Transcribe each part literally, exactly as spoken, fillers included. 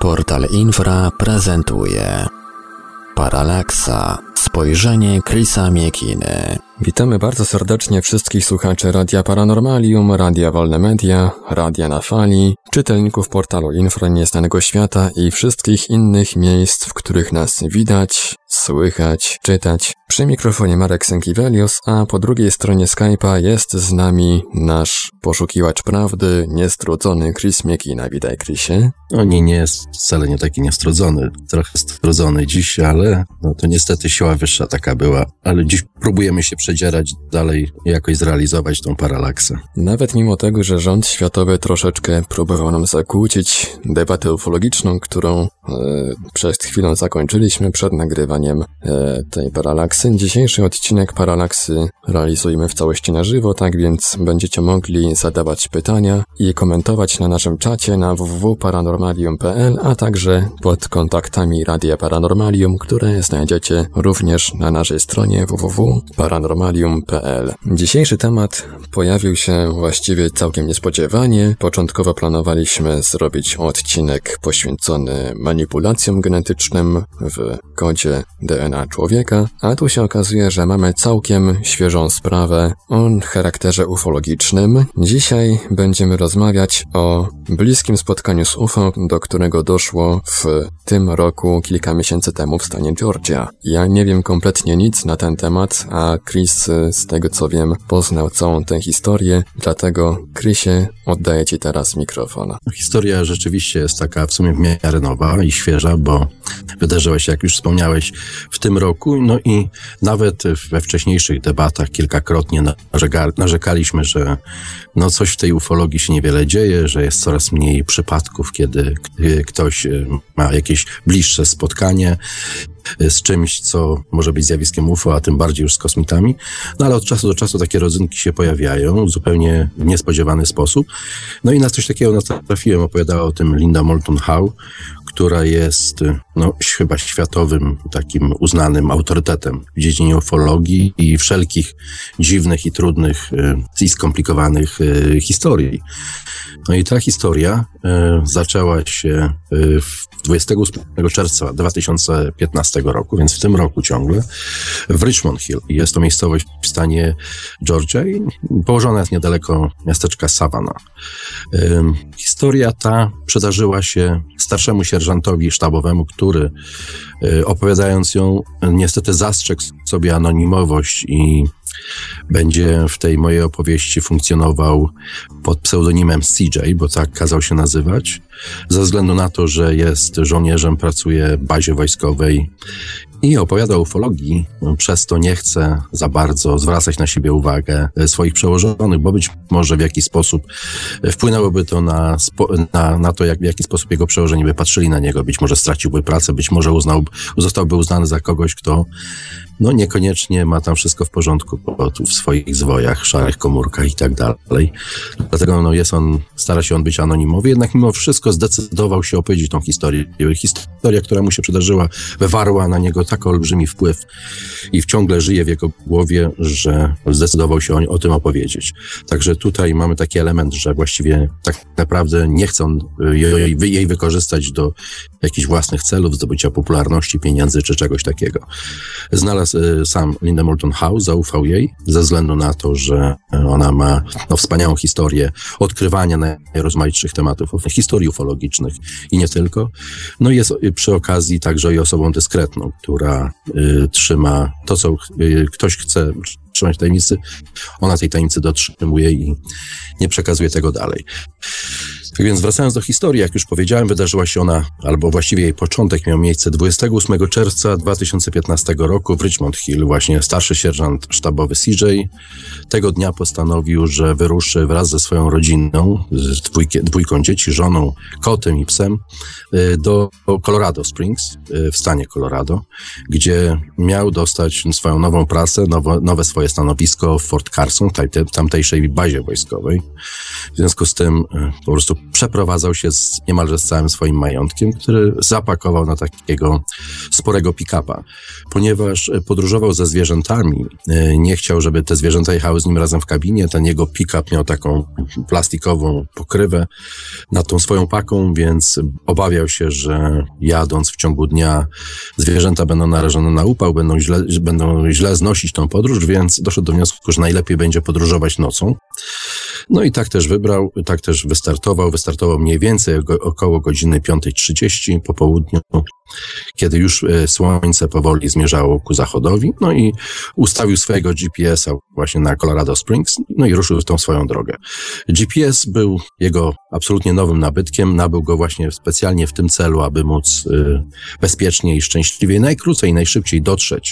Portal Infra prezentuje Paralaksa. Spojrzenie Chrisa Miekiny. Witamy bardzo serdecznie wszystkich słuchaczy Radia Paranormalium, Radia Wolne Media, Radia na Fali, czytelników portalu Infra Nieznanego Świata i wszystkich innych miejsc, w których nas widać, słychać, czytać. Przy mikrofonie Marek Sękiewelius, a po drugiej stronie Skype'a jest z nami nasz poszukiwacz prawdy, niestrudzony Chris Miekina. Witaj, Chrisie. No nie, nie jest wcale nie taki niestrudzony, trochę strudzony dziś, ale no to niestety siła wyższa taka była, ale dziś próbujemy się przedzierać dalej i jakoś zrealizować tą paralaksę. Nawet mimo tego, że rząd światowy troszeczkę próbował nam zakłócić debatę ufologiczną, którą e, przed chwilą zakończyliśmy przed nagrywaniem e, tej paralaksy. Dzisiejszy odcinek paralaksy realizujemy w całości na żywo, tak więc będziecie mogli zadawać pytania i komentować na naszym czacie na w w w kropka paranormalium kropka p l, a także pod kontaktami Radia Paranormalium, które znajdziecie również na naszej stronie w w w kropka paranormalium kropka p l. Dzisiejszy temat pojawił się właściwie całkiem niespodziewanie. Początkowo planowaliśmy zrobić odcinek poświęcony manipulacjom genetycznym w kodzie D N A człowieka, a tu się okazuje, że mamy całkiem świeżą sprawę o charakterze ufologicznym. Dzisiaj będziemy rozmawiać o bliskim spotkaniu z U F O, do którego doszło w tym roku, kilka miesięcy temu w stanie Georgia. Ja nie wiem kompletnie nic na ten temat, a Chris, z tego co wiem, poznał całą tę historię, dlatego Chrisie, oddaję Ci teraz mikrofon. Historia rzeczywiście jest taka w sumie w miarę nowa i świeża, bo wydarzyła się, jak już wspomniałeś, w tym roku, no i nawet we wcześniejszych debatach kilkakrotnie narzeka, narzekaliśmy, że no coś w tej ufologii się niewiele dzieje, że jest coraz mniej przypadków, kiedy ktoś ma jakieś bliższe spotkanie z czymś, co może być zjawiskiem U F O, a tym bardziej już z kosmitami. No ale od czasu do czasu takie rodzynki się pojawiają zupełnie w niespodziewany sposób. No i na coś takiego natrafiłem, opowiadała o tym Linda Moulton Howe, która jest no, chyba światowym takim uznanym autorytetem w dziedzinie ufologii i wszelkich dziwnych i trudnych i skomplikowanych historii. No i ta historia e, zaczęła się e, dwudziestego ósmego czerwca dwa tysiące piętnastego roku, więc w tym roku ciągle, w Richmond Hill. Jest to miejscowość w stanie Georgia i położona jest niedaleko miasteczka Savannah. E, historia ta przydarzyła się starszemu sierżantowi sztabowemu, który e, opowiadając ją niestety zastrzegł sobie anonimowość i będzie w tej mojej opowieści funkcjonował pod pseudonimem C J, bo tak kazał się nazywać, ze względu na to, że jest żołnierzem, pracuje w bazie wojskowej i opowiada o ufologii, przez to nie chce za bardzo zwracać na siebie uwagę swoich przełożonych, bo być może w jakiś sposób wpłynęłoby to na, na, na to, jak, w jaki sposób jego przełożeni by patrzyli na niego. Być może straciłby pracę, być może uznał, zostałby uznany za kogoś, kto no niekoniecznie ma tam wszystko w porządku, bo tu w swoich zwojach, szarych komórkach i tak dalej. Dlatego no jest on, stara się on być anonimowy, jednak mimo wszystko zdecydował się opowiedzieć tą historię. Historia, która mu się przydarzyła, wywarła na niego tak olbrzymi wpływ i ciągle żyje w jego głowie, że zdecydował się o, o tym opowiedzieć. Także tutaj mamy taki element, że właściwie tak naprawdę nie chce on jej, jej wykorzystać do jakichś własnych celów, zdobycia popularności, pieniędzy czy czegoś takiego. Znalazł sam Linda Moulton Howe, zaufał jej ze względu na to, że ona ma no, wspaniałą historię odkrywania najrozmaitszych tematów, historii ufologicznych i nie tylko. No i jest przy okazji także i osobą dyskretną, która y, trzyma to, co y, ktoś chce trzymać w tajemnicy, ona tej tajemnicy dotrzymuje i nie przekazuje tego dalej. Tak więc wracając do historii, jak już powiedziałem, wydarzyła się ona, albo właściwie jej początek miał miejsce dwudziestego ósmego czerwca dwa tysiące piętnastego roku w Richmond Hill. Właśnie starszy sierżant sztabowy C J tego dnia postanowił, że wyruszy wraz ze swoją rodziną, z dwójkie, dwójką dzieci, żoną, kotem i psem do Colorado Springs w stanie Colorado, gdzie miał dostać swoją nową pracę, nowe, nowe swoje stanowisko w Fort Carson, tamtejszej bazie wojskowej. W związku z tym po prostu przeprowadzał się z, niemalże z całym swoim majątkiem, który zapakował na takiego sporego pick-upa. Ponieważ podróżował ze zwierzętami, nie chciał, żeby te zwierzęta jechały z nim razem w kabinie, ten jego pick-up miał taką plastikową pokrywę nad tą swoją paką, więc obawiał się, że jadąc w ciągu dnia zwierzęta będą narażone na upał, będą źle, będą źle znosić tą podróż, więc doszedł do wniosku, że najlepiej będzie podróżować nocą. No i tak też wybrał, tak też wystartował. Wystartował mniej więcej około godziny piąta trzydzieści po południu, kiedy już słońce powoli zmierzało ku zachodowi, no i ustawił swojego G P S a właśnie na Colorado Springs, no i ruszył w tą swoją drogę. G P S był jego absolutnie nowym nabytkiem, nabył go właśnie specjalnie w tym celu, aby móc y, bezpiecznie i szczęśliwie, najkrócej i najszybciej dotrzeć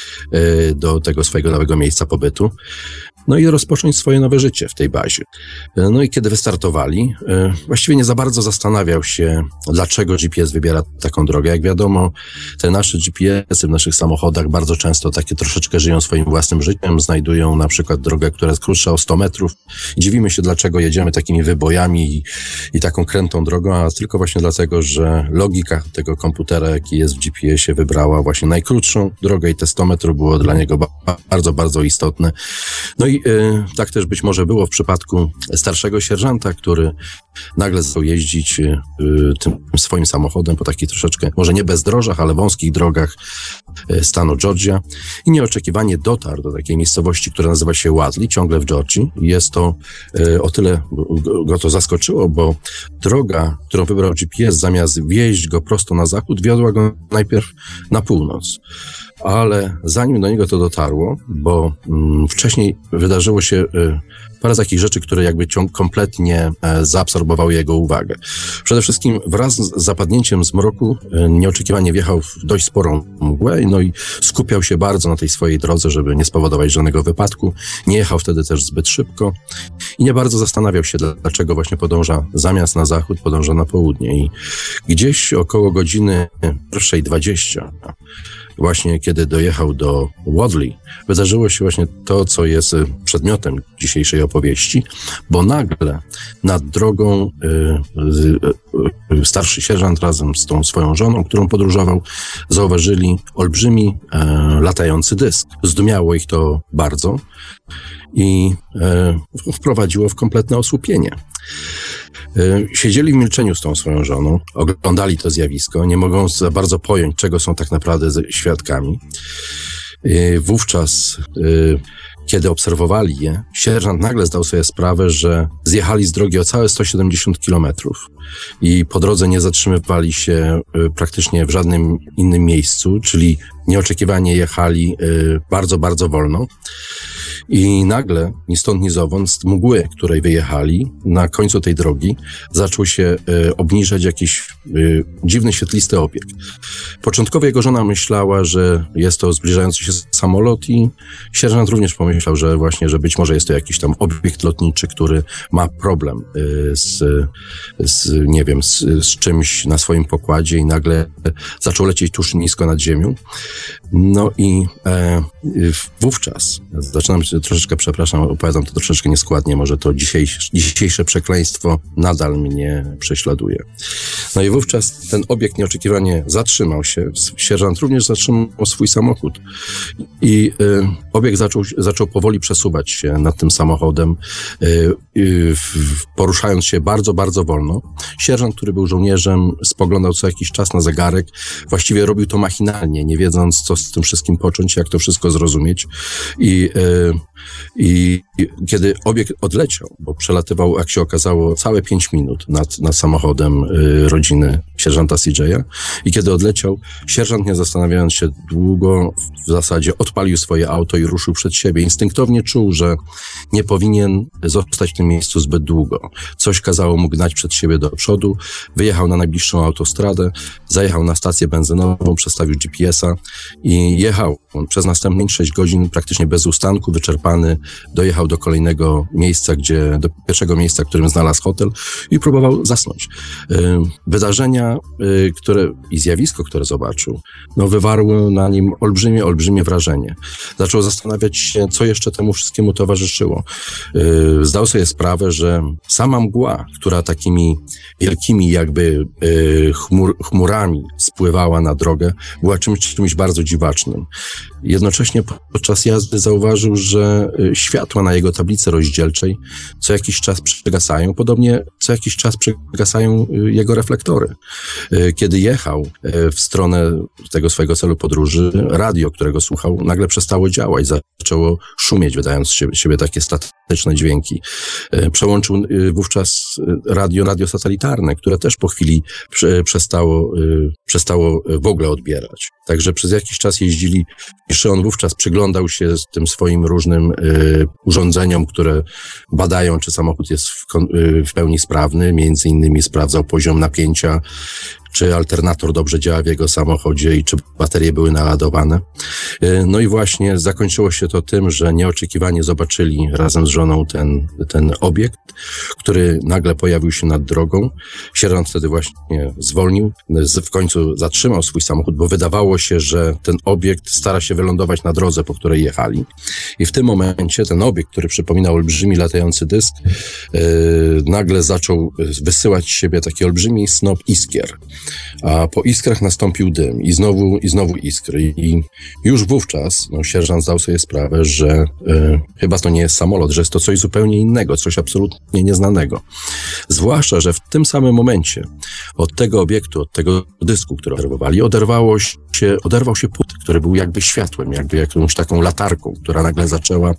y, do tego swojego nowego miejsca pobytu. No i rozpocząć swoje nowe życie w tej bazie. No i kiedy wystartowali, właściwie nie za bardzo zastanawiał się, dlaczego G P S wybiera taką drogę. Jak wiadomo, te nasze G P S y w naszych samochodach bardzo często takie troszeczkę żyją swoim własnym życiem, znajdują na przykład drogę, która jest krótsza o sto metrów i dziwimy się, dlaczego jedziemy takimi wybojami i, i taką krętą drogą, a tylko właśnie dlatego, że logika tego komputera, jaki jest w G P S ie, wybrała właśnie najkrótszą drogę i te sto metrów było dla niego bardzo, bardzo istotne. No i y, tak też być może było w przypadku starszego sierżanta, który nagle zaczął jeździć y, tym swoim samochodem po takich troszeczkę, może nie bezdrożach, ale wąskich drogach y, stanu Georgia i nieoczekiwanie dotarł do takiej miejscowości, która nazywa się Wadley, ciągle w Georgii. Jest to y, o tyle go, go to zaskoczyło, bo droga, którą wybrał G P S, zamiast wieźć go prosto na zachód, wiodła go najpierw na północ. Ale zanim do niego to dotarło, bo mm, wcześniej wydarzyło się y, parę takich rzeczy, które jakby ciąg kompletnie e, zaabsorbowały jego uwagę. Przede wszystkim wraz z zapadnięciem zmroku e, nieoczekiwanie wjechał w dość sporą mgłę, no i skupiał się bardzo na tej swojej drodze, żeby nie spowodować żadnego wypadku. Nie jechał wtedy też zbyt szybko i nie bardzo zastanawiał się, dlaczego właśnie podąża zamiast na zachód, podąża na południe. I gdzieś około godziny pierwsza dwadzieścia właśnie kiedy dojechał do Wadley, wydarzyło się właśnie to, co jest przedmiotem dzisiejszej opowieści, bo nagle nad drogą y, y, starszy sierżant razem z tą swoją żoną, którą podróżował, zauważyli olbrzymi y, latający dysk. Zdumiało ich to bardzo i y, wprowadziło w kompletne osłupienie. Siedzieli w milczeniu z tą swoją żoną, oglądali to zjawisko, nie mogą za bardzo pojąć, czego są tak naprawdę świadkami. Wówczas, kiedy obserwowali je, sierżant nagle zdał sobie sprawę, że zjechali z drogi o całe sto siedemdziesiąt kilometrów i po drodze nie zatrzymywali się praktycznie w żadnym innym miejscu, czyli nieoczekiwanie jechali bardzo, bardzo wolno. I nagle, ni stąd, ni zowąd, z mgły, której wyjechali, na końcu tej drogi zaczął się y, obniżać jakiś y, dziwny, świetlisty obiekt. Początkowo jego żona myślała, że jest to zbliżający się samolot i sierżant również pomyślał, że właśnie, że być może jest to jakiś tam obiekt lotniczy, który ma problem y, z, z, nie wiem, z, z czymś na swoim pokładzie i nagle zaczął lecieć tuż nisko nad ziemią. No i e, wówczas, zaczynam się troszeczkę, przepraszam, opowiadam to troszeczkę nieskładnie, może to dzisiejsze, dzisiejsze przekleństwo nadal mnie prześladuje. No i wówczas ten obiekt nieoczekiwanie zatrzymał się, sierżant również zatrzymał swój samochód i y, obiekt zaczął, zaczął powoli przesuwać się nad tym samochodem, y, y, poruszając się bardzo, bardzo wolno. Sierżant, który był żołnierzem, spoglądał co jakiś czas na zegarek, właściwie robił to machinalnie, nie wiedząc, co z tym wszystkim począć, jak to wszystko zrozumieć. I, y, i kiedy obiekt odleciał, bo przelatywał, jak się okazało, całe pięć minut nad, nad samochodem y, rodziny sierżanta C J a i kiedy odleciał, sierżant, nie zastanawiając się długo, w zasadzie odpalił swoje auto i ruszył przed siebie. Instynktownie czuł, że nie powinien zostać w tym miejscu zbyt długo. Coś kazało mu gnać przed siebie do przodu, wyjechał na najbliższą autostradę, zajechał na stację benzynową, przestawił G P S a i jechał. On przez następnych sześć godzin praktycznie bez ustanku, wyczerpany, dojechał do kolejnego miejsca, gdzie, do pierwszego miejsca, w którym znalazł hotel i próbował zasnąć. Wydarzenia zdarzenia, y, które i zjawisko, które zobaczył, no wywarły na nim olbrzymie, olbrzymie wrażenie. Zaczął zastanawiać się, co jeszcze temu wszystkiemu towarzyszyło. Y, zdał sobie sprawę, że sama mgła, która takimi wielkimi jakby y, chmur, chmurami spływała na drogę, była czymś, czymś bardzo dziwacznym. Jednocześnie podczas jazdy zauważył, że y, światła na jego tablicy rozdzielczej co jakiś czas przygasają, podobnie co jakiś czas przygasają y, jego reflektory. Y, kiedy jechał y, w stronę tego swojego celu podróży, radio, którego słuchał, nagle przestało działać, zaczęło szumieć, wydając z siebie, siebie takie statyczne dźwięki. Y, przełączył y, wówczas radio, radio satelitarne, które też po chwili prze, przestało, y, przestało w ogóle odbierać. Także przez jakiś czas jeździli. Jeszcze on wówczas przyglądał się tym swoim różnym y, urządzeniom, które badają, czy samochód jest w, y, w pełni sprawny. Między innymi sprawdzał poziom napięcia, czy alternator dobrze działa w jego samochodzie i czy baterie były naładowane. No i właśnie zakończyło się to tym, że nieoczekiwanie zobaczyli razem z żoną ten, ten obiekt, który nagle pojawił się nad drogą. Sierżant wtedy właśnie zwolnił, w końcu zatrzymał swój samochód, bo wydawało się, że ten obiekt stara się wylądować na drodze, po której jechali. I w tym momencie ten obiekt, który przypominał olbrzymi latający dysk, yy, nagle zaczął wysyłać z siebie taki olbrzymi snop iskier. A po iskrach nastąpił dym i znowu, i znowu iskry. I już wówczas no, sierżant zdał sobie sprawę, że y, chyba to nie jest samolot, że jest to coś zupełnie innego, coś absolutnie nieznanego. Zwłaszcza, że w tym samym momencie od tego obiektu, od tego dysku, który obserwowali, oderwało się, oderwał się płot, który był jakby światłem, jakby jakąś taką latarką, która nagle zaczęła y,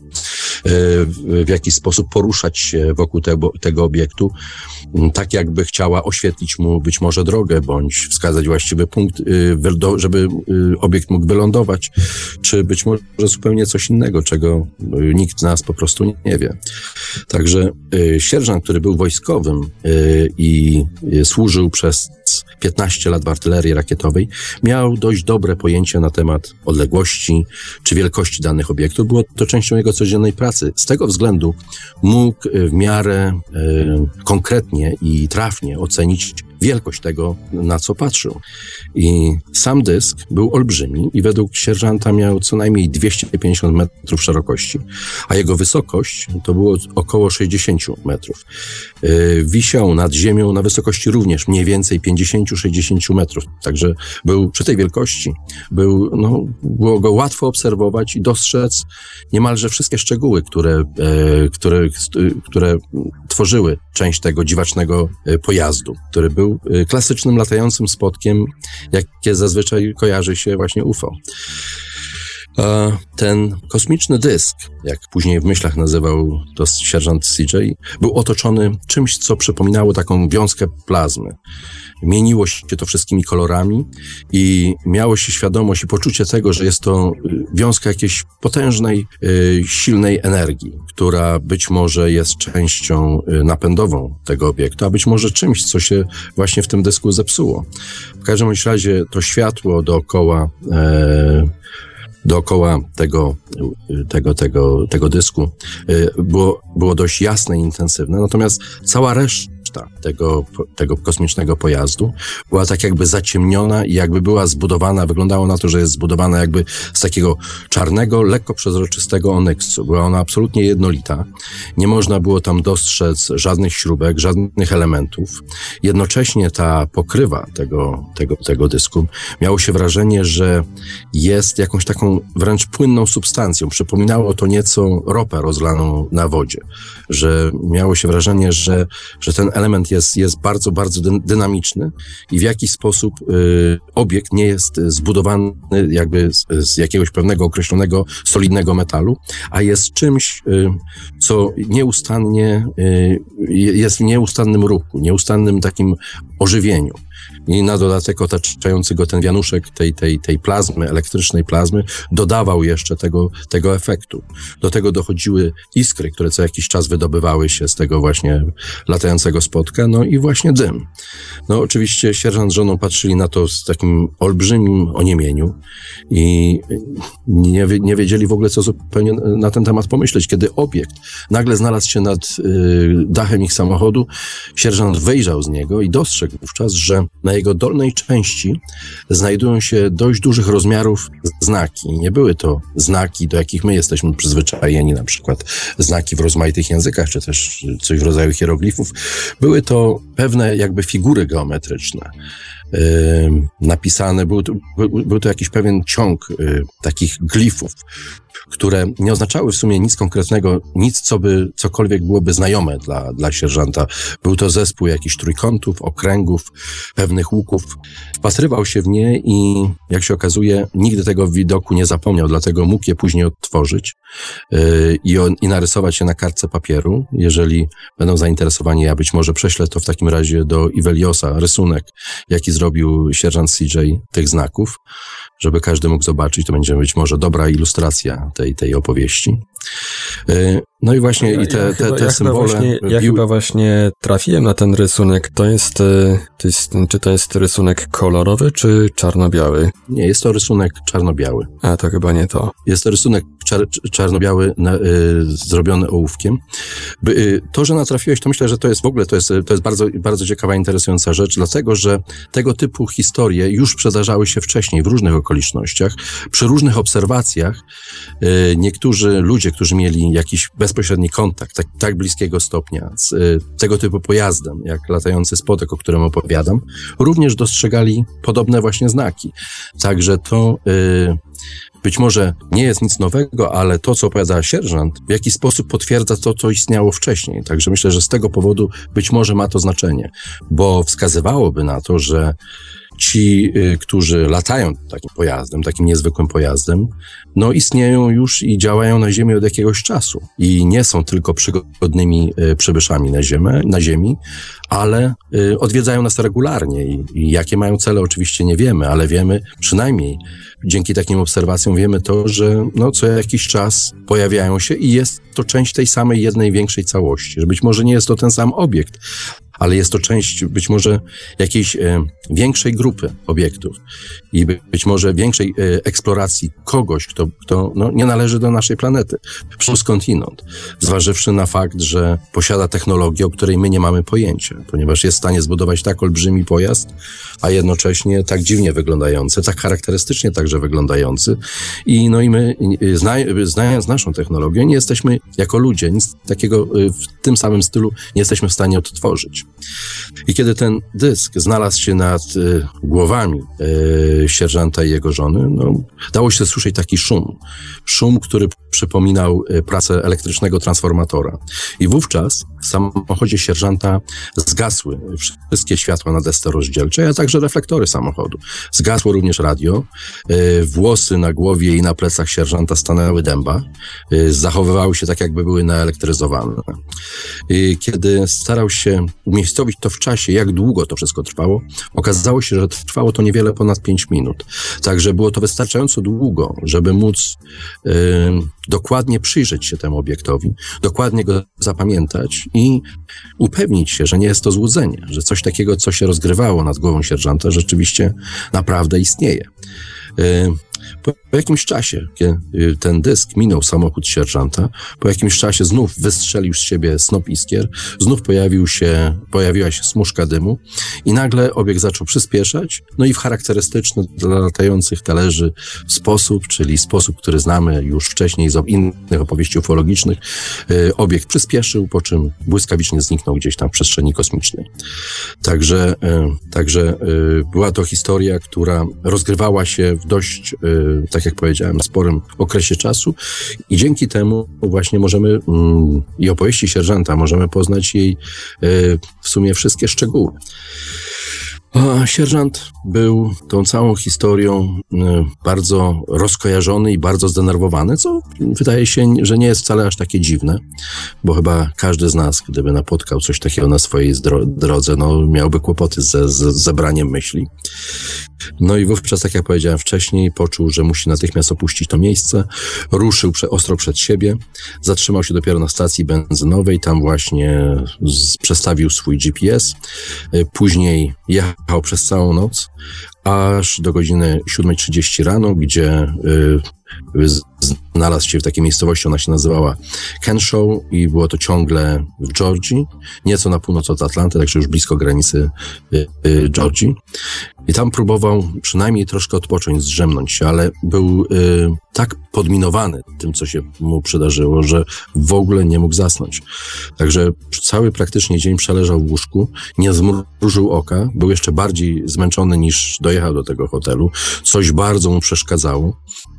w jakiś sposób poruszać się wokół tego, tego obiektu, y, tak jakby chciała oświetlić mu być może drogę, bądź wskazać właściwy punkt, żeby obiekt mógł wylądować, czy być może zupełnie coś innego, czego nikt z nas po prostu nie wie. Także sierżant, który był wojskowym i służył przez piętnaście lat w artylerii rakietowej, miał dość dobre pojęcie na temat odległości czy wielkości danych obiektów. Było to częścią jego codziennej pracy. Z tego względu mógł w miarę konkretnie i trafnie ocenić wielkość tego, na co patrzył. I sam dysk był olbrzymi i według sierżanta miał co najmniej dwieście pięćdziesiąt metrów szerokości, a jego wysokość to było około sześćdziesiąt metrów. Yy, wisiał nad ziemią na wysokości również mniej więcej pięćdziesiąt do sześćdziesięciu metrów. Także był przy tej wielkości, był, no, było go łatwo obserwować i dostrzec niemalże wszystkie szczegóły, które, e, które, które tworzyły część tego dziwacznego pojazdu, który był klasycznym latającym spotkiem, jakie zazwyczaj kojarzy się właśnie U F O. Ten kosmiczny dysk, jak później w myślach nazywał to sierżant C J, był otoczony czymś, co przypominało taką wiązkę plazmy. Mieniło się to wszystkimi kolorami i miało się świadomość i poczucie tego, że jest to wiązka jakiejś potężnej, silnej energii, która być może jest częścią napędową tego obiektu, a być może czymś, co się właśnie w tym dysku zepsuło. W każdym razie to światło dookoła e, dookoła tego, tego, tego, tego dysku było, było dość jasne i intensywne, natomiast cała reszta tego, tego kosmicznego pojazdu była tak jakby zaciemniona i jakby była zbudowana, wyglądało na to, że jest zbudowana jakby z takiego czarnego, lekko przezroczystego onyksu. Była ona absolutnie jednolita. Nie można było tam dostrzec żadnych śrubek, żadnych elementów. Jednocześnie ta pokrywa tego, tego, tego dysku, miało się wrażenie, że jest jakąś taką wręcz płynną substancją. Przypominało to nieco ropę rozlaną na wodzie. Że miało się wrażenie, że, że ten element jest, jest bardzo, bardzo dynamiczny i w jakiś sposób y, obiekt nie jest zbudowany jakby z, z jakiegoś pewnego określonego, solidnego metalu, a jest czymś, y, co nieustannie y, jest w nieustannym ruchu, nieustannym takim ożywieniu. I na dodatek otaczający go ten wianuszek tej, tej, tej plazmy, elektrycznej plazmy, dodawał jeszcze tego, tego efektu. Do tego dochodziły iskry, które co jakiś czas wydobywały się z tego właśnie latającego spotka, no i właśnie dym. No oczywiście sierżant z żoną patrzyli na to z takim olbrzymim oniemieniu i nie, nie wiedzieli w ogóle, co zupełnie na ten temat pomyśleć. Kiedy obiekt nagle znalazł się nad y, dachem ich samochodu, sierżant wyjrzał z niego i dostrzegł wówczas, że na jego dolnej części znajdują się dość dużych rozmiarów znaki. Nie były to znaki, do jakich my jesteśmy przyzwyczajeni, na przykład znaki w rozmaitych językach, czy też coś w rodzaju hieroglifów. Były to pewne jakby figury geometryczne. Yy, napisane, był to, był, był to jakiś pewien ciąg yy, takich glifów, które nie oznaczały w sumie nic konkretnego, nic, co by, cokolwiek byłoby znajome dla, dla sierżanta. Był to zespół jakichś trójkątów, okręgów, pewnych łuków. Wpatrywał się w nie i, jak się okazuje, nigdy tego widoku nie zapomniał, dlatego mógł je później odtworzyć yy, i, on, i narysować je na kartce papieru. Jeżeli będą zainteresowani, ja być może prześlę to w takim razie do Iveliosa, rysunek, jaki zrobił sierżant C J tych znaków, żeby każdy mógł zobaczyć. To będzie być może dobra ilustracja tej, tej opowieści. No i właśnie ja, i te, ja te, chyba, te ja symbole... Chyba właśnie, ja chyba właśnie trafiłem na ten rysunek. To jest, to jest, czy to jest rysunek kolorowy, czy czarno-biały? Nie, jest to rysunek czarno-biały. A, to chyba nie to. Jest to rysunek czar, czarno-biały na, y, zrobiony ołówkiem. By, y, to, że natrafiłeś, to myślę, że to jest w ogóle, to jest, to jest bardzo, bardzo ciekawa, interesująca rzecz, dlatego, że tego typu historie już przydarzały się wcześniej w różnych okolicznościach. Przy różnych obserwacjach y, niektórzy ludzie, którzy mieli jakiś bezpośredni kontakt, tak, tak bliskiego stopnia z y, tego typu pojazdem, jak latający spodek, o którym opowiadam, również dostrzegali podobne właśnie znaki. Także to y, być może nie jest nic nowego, ale to, co opowiada sierżant, w jakiś sposób potwierdza to, co istniało wcześniej. Także myślę, że z tego powodu być może ma to znaczenie, bo wskazywałoby na to, że ci, y, którzy latają takim pojazdem, takim niezwykłym pojazdem, no istnieją już i działają na Ziemi od jakiegoś czasu i nie są tylko przygodnymi y, przybyszami na Ziemię, na Ziemi, ale y, odwiedzają nas regularnie i, i jakie mają cele oczywiście nie wiemy, ale wiemy, przynajmniej dzięki takim obserwacjom wiemy to, że no, co jakiś czas pojawiają się i jest to część tej samej jednej większej całości, że być może nie jest to ten sam obiekt, ale jest to część być może jakiejś e, większej grupy obiektów i by, być może większej e, eksploracji kogoś, kto, kto no, nie należy do naszej planety, przez kontynent, zważywszy na fakt, że posiada technologię, o której my nie mamy pojęcia, ponieważ jest w stanie zbudować tak olbrzymi pojazd, a jednocześnie tak dziwnie wyglądający, tak charakterystycznie także wyglądający i no i my zna, znając naszą technologię, nie jesteśmy jako ludzie, nic takiego w tym samym stylu nie jesteśmy w stanie odtworzyć. I kiedy ten dysk znalazł się nad y, głowami y, sierżanta i jego żony, no, dało się słyszeć taki szum. Szum, który przypominał y, pracę elektrycznego transformatora. I wówczas w samochodzie sierżanta zgasły wszystkie światła na desce rozdzielczej, a także reflektory samochodu. Zgasło również radio. Y, włosy na głowie i na plecach sierżanta stanęły dęba. Y, zachowywały się tak, jakby były naelektryzowane. Y, kiedy starał się umiejscowić to w czasie, jak długo to wszystko trwało, okazało się, że trwało to niewiele ponad pięć minut. Także było to wystarczająco długo, żeby móc y, dokładnie przyjrzeć się temu obiektowi, dokładnie go zapamiętać i upewnić się, że nie jest to złudzenie, że coś takiego, co się rozgrywało nad głową sierżanta, rzeczywiście naprawdę istnieje. Y, Po, po jakimś czasie, kiedy ten dysk minął samochód sierżanta, po jakimś czasie znów wystrzelił z siebie snop iskier, znów pojawił się, pojawiła się smuszka dymu i nagle obiekt zaczął przyspieszać, no i w charakterystyczny dla latających talerzy sposób, czyli sposób, który znamy już wcześniej z innych opowieści ufologicznych, yy, obiekt przyspieszył, po czym błyskawicznie zniknął gdzieś tam w przestrzeni kosmicznej. Także, yy, także yy, była to historia, która rozgrywała się w dość yy, tak jak powiedziałem, w sporym okresie czasu i dzięki temu właśnie możemy mm, i opowieści sierżanta możemy poznać jej y, w sumie wszystkie szczegóły. A sierżant był tą całą historią y, bardzo rozkojarzony i bardzo zdenerwowany, co wydaje się, że nie jest wcale aż takie dziwne, bo chyba każdy z nas, gdyby napotkał coś takiego na swojej zdro- drodze, no miałby kłopoty z, z zebraniem myśli. No i wówczas, tak jak powiedziałem wcześniej, poczuł, że musi natychmiast opuścić to miejsce, ruszył prze, ostro przed siebie, zatrzymał się dopiero na stacji benzynowej, tam właśnie z, przestawił swój G P S, później jechał przez całą noc, aż do godziny siódma trzydzieści rano, gdzie y, znalazł się w takiej miejscowości, ona się nazywała Kenshaw i było to ciągle w Georgii, nieco na północ od Atlanty, także już blisko granicy y, y, Georgii. I tam próbował przynajmniej troszkę odpocząć, zdrzemnąć się, ale był y, tak podminowany tym, co się mu przydarzyło, że w ogóle nie mógł zasnąć. Także cały praktycznie dzień przeleżał w łóżku, nie zmrużył oka, był jeszcze bardziej zmęczony niż dojechał do tego hotelu. Coś bardzo mu przeszkadzało,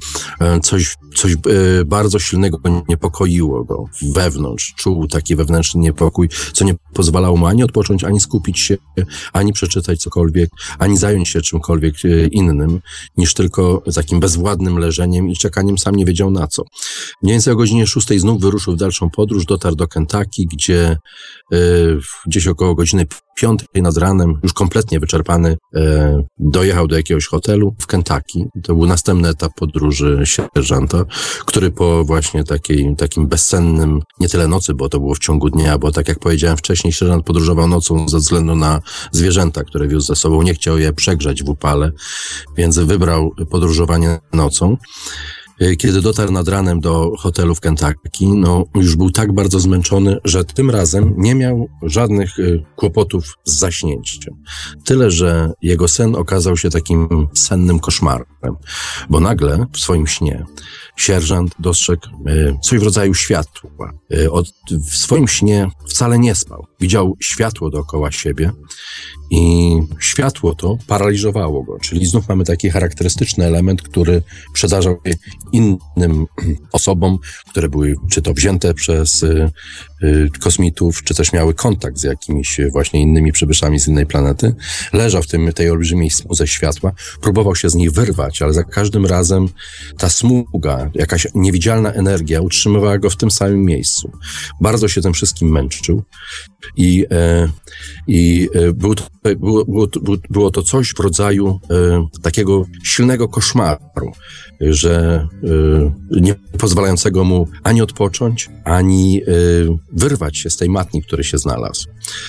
coś, coś y, bardzo silnego niepokoiło go wewnątrz. Czuł taki wewnętrzny niepokój, co nie pozwalało mu ani odpocząć, ani skupić się, ani przeczytać cokolwiek, ani zająć się czymkolwiek innym, niż tylko takim bezwładnym leżeniem i czekaniem, sam nie wiedział na co. Mniej więcej o godzinie szóstej znów wyruszył w dalszą podróż, dotarł do Kentucky, gdzie y, gdzieś około godziny piątej nad ranem, już kompletnie wyczerpany, y, dojechał do jakiegoś hotelu w Kentucky. To był następny etap podróży sierżanta, który po właśnie takiej, takim bezsennym, nie tyle nocy, bo to było w ciągu dnia, bo tak jak powiedziałem wcześniej, sierżant podróżował nocą ze względu na zwierzęta, które wiózł ze sobą. Nie chciał je przegrzać w upale, więc wybrał podróżowanie nocą. Kiedy dotarł nad ranem do hotelu w Kentucky, no już był tak bardzo zmęczony, że tym razem nie miał żadnych y, kłopotów z zaśnięciem. Tyle, że jego sen okazał się takim sennym koszmarem, bo nagle w swoim śnie sierżant dostrzegł y, coś w rodzaju światła. Y, od, w swoim śnie wcale nie spał. Widział światło dookoła siebie i światło to paraliżowało go, czyli znów mamy taki charakterystyczny element, który przydarzał się innym osobom, które były czy to wzięte przez y, y, kosmitów, czy też miały kontakt z jakimiś właśnie innymi przybyszami z innej planety. Leżał w tym, tej olbrzymiej smuze światła, próbował się z niej wyrwać, ale za każdym razem ta smuga, jakaś niewidzialna energia utrzymywała go w tym samym miejscu. Bardzo się tym wszystkim męczył i, e, i e, był to, było, było, było to coś w rodzaju e, takiego silnego koszmaru, że y, nie pozwalającego mu ani odpocząć, ani y, wyrwać się z tej matni, w której się znalazł.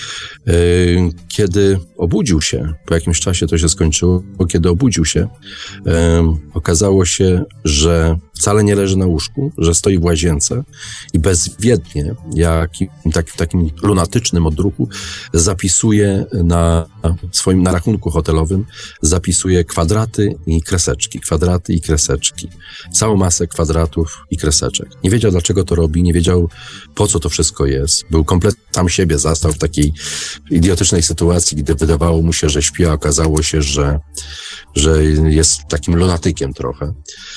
Y, kiedy obudził się, po jakimś czasie to się skończyło, kiedy obudził się, y, okazało się, że wcale nie leży na łóżku, że stoi w łazience i bezwiednie, jak tak, w takim lunatycznym odruchu, zapisuje na swoim na rachunku hotelowym, zapisuje kwadraty i kreseczki, kwadraty i kreseczki. Całą masę kwadratów i kreseczek. Nie wiedział, dlaczego to robi, nie wiedział, po co to wszystko jest. Był kompletnie sam siebie zastał w takiej idiotycznej sytuacji, gdy wydawało mu się, że śpi, a okazało się, że, że jest takim lunatykiem trochę.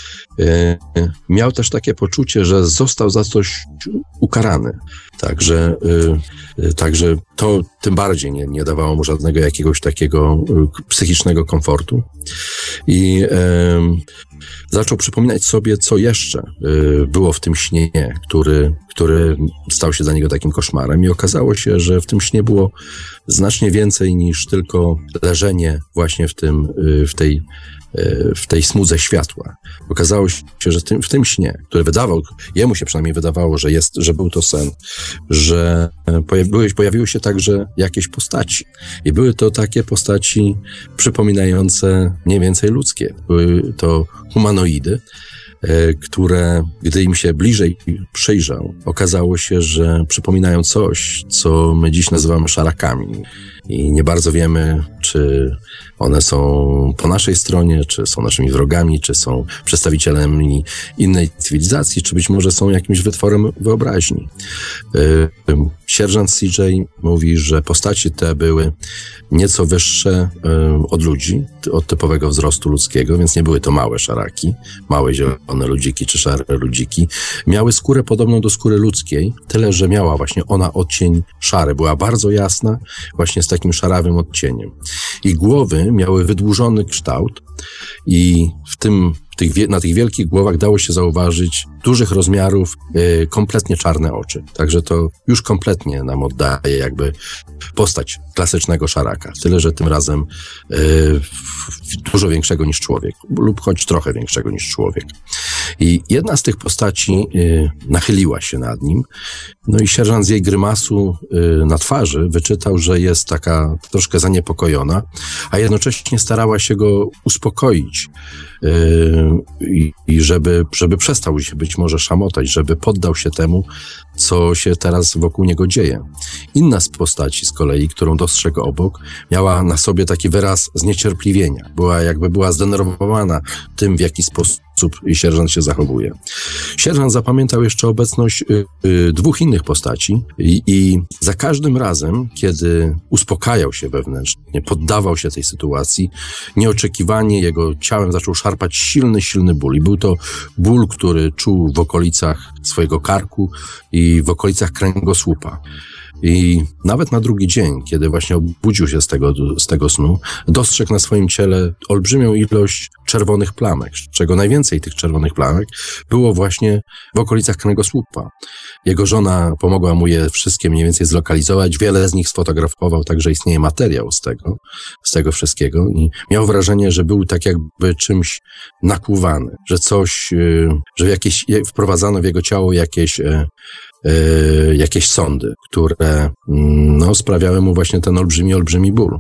Miał też takie poczucie, że został za coś ukarany. Także, także to tym bardziej nie, nie dawało mu żadnego jakiegoś takiego psychicznego komfortu. I e, zaczął przypominać sobie, co jeszcze było w tym śnie, który, który stał się dla niego takim koszmarem. I okazało się, że w tym śnie było znacznie więcej niż tylko leżenie właśnie w tym, w tej w tej smudze światła. Okazało się, że tym, w tym śnie, który wydawał, jemu się przynajmniej wydawało, że jest, że był to sen, że pojawiły, pojawiły się także jakieś postaci. I były to takie postaci przypominające mniej więcej ludzkie. Były to humanoidy, które, gdy im się bliżej przyjrzał, okazało się, że przypominają coś, co my dziś nazywamy szarakami. I nie bardzo wiemy, czy one są po naszej stronie, czy są naszymi wrogami, czy są przedstawicielami innej cywilizacji, czy być może są jakimś wytworem wyobraźni. Sierżant C J mówi, że postaci te były nieco wyższe od ludzi, od typowego wzrostu ludzkiego, więc nie były to małe szaraki, małe zielone ludziki czy szare ludziki. Miały skórę podobną do skóry ludzkiej, tyle że miała właśnie ona odcień szary. Była bardzo jasna, właśnie z takim szarawym odcieniem. I głowy miały wydłużony kształt i w tym Tych, na tych wielkich głowach dało się zauważyć dużych rozmiarów, yy, kompletnie czarne oczy. Także to już kompletnie nam oddaje jakby postać klasycznego szaraka. Tyle, że tym razem yy, dużo większego niż człowiek lub choć trochę większego niż człowiek. I jedna z tych postaci y, nachyliła się nad nim, no i sierżant z jej grymasu y, na twarzy wyczytał, że jest taka troszkę zaniepokojona, a jednocześnie starała się go uspokoić i, i żeby, żeby przestał się być może szamotać, żeby poddał się temu, co się teraz wokół niego dzieje. Inna z postaci z kolei, którą dostrzegł obok, miała na sobie taki wyraz zniecierpliwienia. Była jakby była zdenerwowana tym, w jaki sposób sierżant się zachowuje. Sierżant zapamiętał jeszcze obecność y, y, dwóch innych postaci i, i za każdym razem, kiedy uspokajał się wewnętrznie, poddawał się tej sytuacji, nieoczekiwanie jego ciałem zaczął szarpać silny, silny ból. I był to ból, który czuł w okolicach swojego karku i w okolicach kręgosłupa. I nawet na drugi dzień, kiedy właśnie obudził się z tego, z tego snu, dostrzegł na swoim ciele olbrzymią ilość czerwonych plamek, z czego najwięcej tych czerwonych plamek było właśnie w okolicach kręgosłupa. Jego żona pomogła mu je wszystkie mniej więcej zlokalizować, wiele z nich sfotografował, także istnieje materiał z tego, z tego wszystkiego i miał wrażenie, że był tak jakby czymś nakłuwany, że coś, że jakieś, wprowadzano w jego ciało jakieś jakieś sądy, które no, sprawiały mu właśnie ten olbrzymi, olbrzymi ból.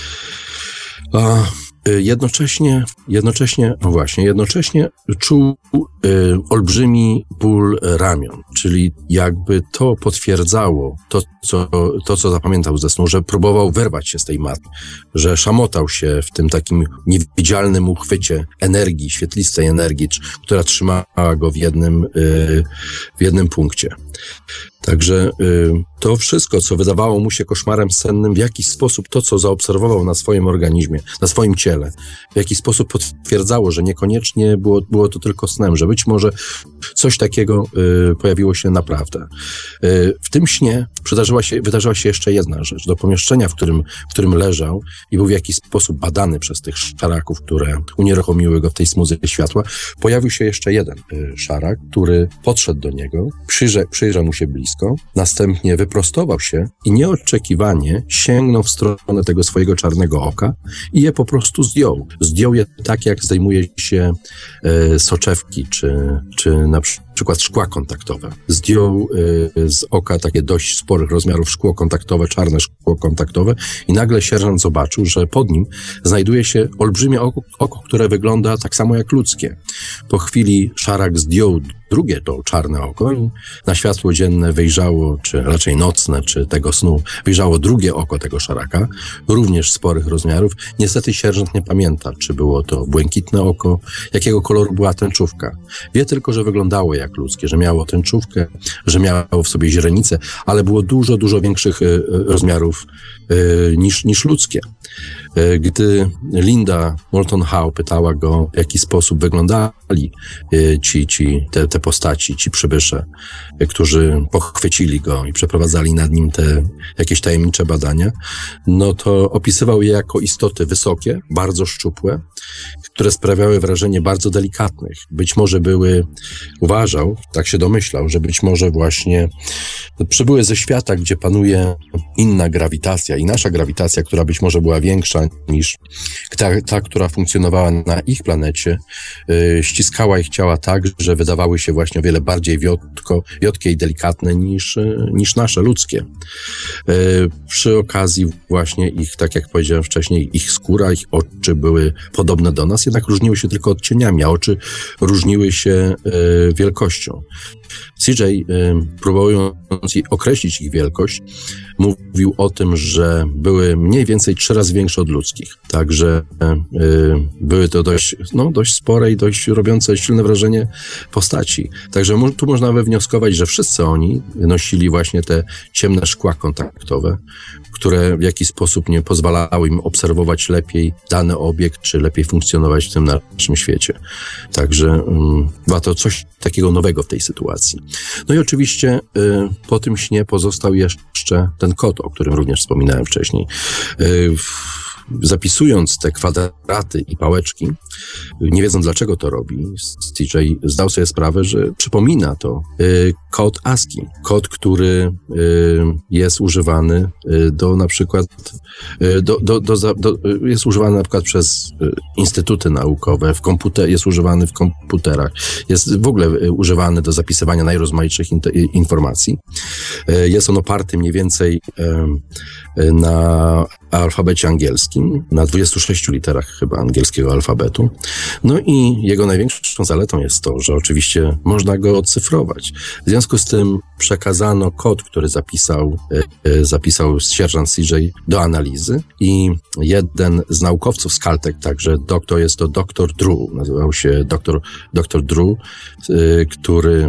A jednocześnie, jednocześnie, no właśnie, jednocześnie czuł y, olbrzymi ból ramion, czyli jakby to potwierdzało to co, to, co zapamiętał ze snu, że próbował wyrwać się z tej matki, że szamotał się w tym takim niewidzialnym uchwycie energii, świetlistej energii, która trzymała go w jednym, y, w jednym punkcie. Także y, to wszystko, co wydawało mu się koszmarem sennym, w jakiś sposób to, co zaobserwował na swoim organizmie, na swoim ciele, w jakiś sposób potwierdzało, że niekoniecznie było, było to tylko snem, że być może coś takiego y, pojawiło się naprawdę. Y, w tym śnie przydarzyła się, wydarzyła się jeszcze jedna rzecz. Do pomieszczenia, w którym, w którym leżał i był w jakiś sposób badany przez tych szaraków, które unieruchomiły go w tej smudze światła, pojawił się jeszcze jeden y, szarak, który podszedł do niego, przyjrzał, przyjrzał mu się blisko, następnie wyprostował się i nieoczekiwanie sięgnął w stronę tego swojego czarnego oka i je po prostu zdjął. Zdjął je tak, jak zdejmuje się e, soczewki, czy, czy na przykład szkła kontaktowe. Zdjął e, z oka takie dość sporych rozmiarów szkło kontaktowe, czarne szkło kontaktowe i nagle sierżant zobaczył, że pod nim znajduje się olbrzymie oko, oko, które wygląda tak samo jak ludzkie. Po chwili szarak zdjął drugie to czarne oko i na światło dzienne wyjrzało, czy raczej nocne, czy tego snu, wyjrzało drugie oko tego szaraka, również sporych rozmiarów. Niestety sierżant nie pamięta, czy było to błękitne oko, jakiego koloru była tęczówka. Wie tylko, że wyglądało jak ludzkie, że miało tęczówkę, że miało w sobie źrenicę, ale było dużo, dużo większych y, rozmiarów y, niż, niż ludzkie. Y, gdy Linda Moulton Howe pytała go, w jaki sposób wyglądali y, ci, ci, te, te postaci, ci przybysze, y, którzy pochwycili go i przeprowadzali nad nim te jakieś tajemnicze badania, no to opisywał je jako istoty wysokie, bardzo szczupłe, które sprawiały wrażenie bardzo delikatnych. Być może były, uważał, tak się domyślał, że być może właśnie przybyły ze świata, gdzie panuje inna grawitacja i nasza grawitacja, która być może była większa niż ta, ta która funkcjonowała na ich planecie, yy, ściskała ich ciała tak, że wydawały się właśnie o wiele bardziej wiotko, wiotkie i delikatne niż, yy, niż nasze, ludzkie. Yy, przy okazji właśnie ich, tak jak powiedziałem wcześniej, ich skóra, ich oczy były podobne do nas, jednak różniły się tylko odcieniami, a oczy różniły się yy, wielkością. C J, y, próbując określić ich wielkość, mówił o tym, że były mniej więcej trzy razy większe od ludzkich. Także y, były to dość, no, dość spore i dość robiące silne wrażenie postaci. Także mo- tu można wywnioskować, że wszyscy oni nosili właśnie te ciemne szkła kontaktowe, które w jakiś sposób nie pozwalały im obserwować lepiej dany obiekt, czy lepiej funkcjonować w tym naszym świecie. Także um, była to coś takiego nowego w tej sytuacji. No i oczywiście y, po tym śnie pozostał jeszcze ten kot, o którym również wspominałem wcześniej. Y, zapisując te kwadraty i pałeczki, nie wiedząc dlaczego to robi, C J zdał sobie sprawę, że przypomina to y, kod ASCII. Kod, który y, jest używany y, do na przykład y, do, do, do, do, jest używany na przykład przez y, instytuty naukowe, w komputer, jest używany w komputerach, jest w ogóle y, używany do zapisywania najrozmaitszych in, y, informacji. Y, jest on oparty mniej więcej y, y, na alfabecie angielskim, na dwudziestu sześciu literach chyba angielskiego alfabetu. No i jego największą zaletą jest to, że oczywiście można go odcyfrować. W związku z tym przekazano kod, który zapisał, e, zapisał sierżant C J do analizy i jeden z naukowców z Caltech, także doktor, jest to doktor Drew, nazywał się doktor, doktor Drew, e, który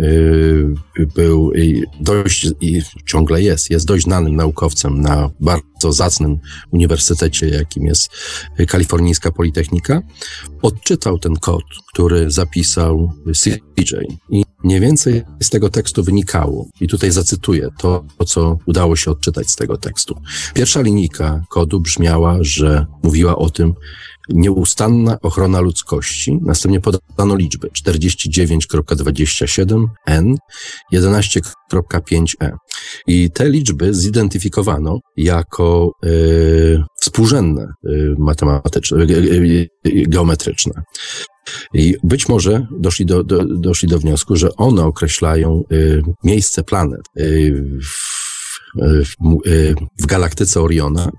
e, był dość i ciągle jest, jest dość znanym naukowcem na bardzo zacnym uniwersytecie, jakim jest Kalifornijska Politechnika, odczytał ten kod, który zapisał C J i mniej więcej z tego tekstu wynikało. I tutaj zacytuję to, co udało się odczytać z tego tekstu. Pierwsza linijka kodu brzmiała, że mówiła o tym, nieustanna ochrona ludzkości. Następnie podano liczby czterdzieści dziewięć dwadzieścia siedem N, jedenaście pięć E. I te liczby zidentyfikowano jako y, współrzędne y, matematyczne, y, y, y, geometryczne. I być może doszli do, do, doszli do wniosku, że one określają y, miejsce planet y, w, w, w galaktyce Oriona.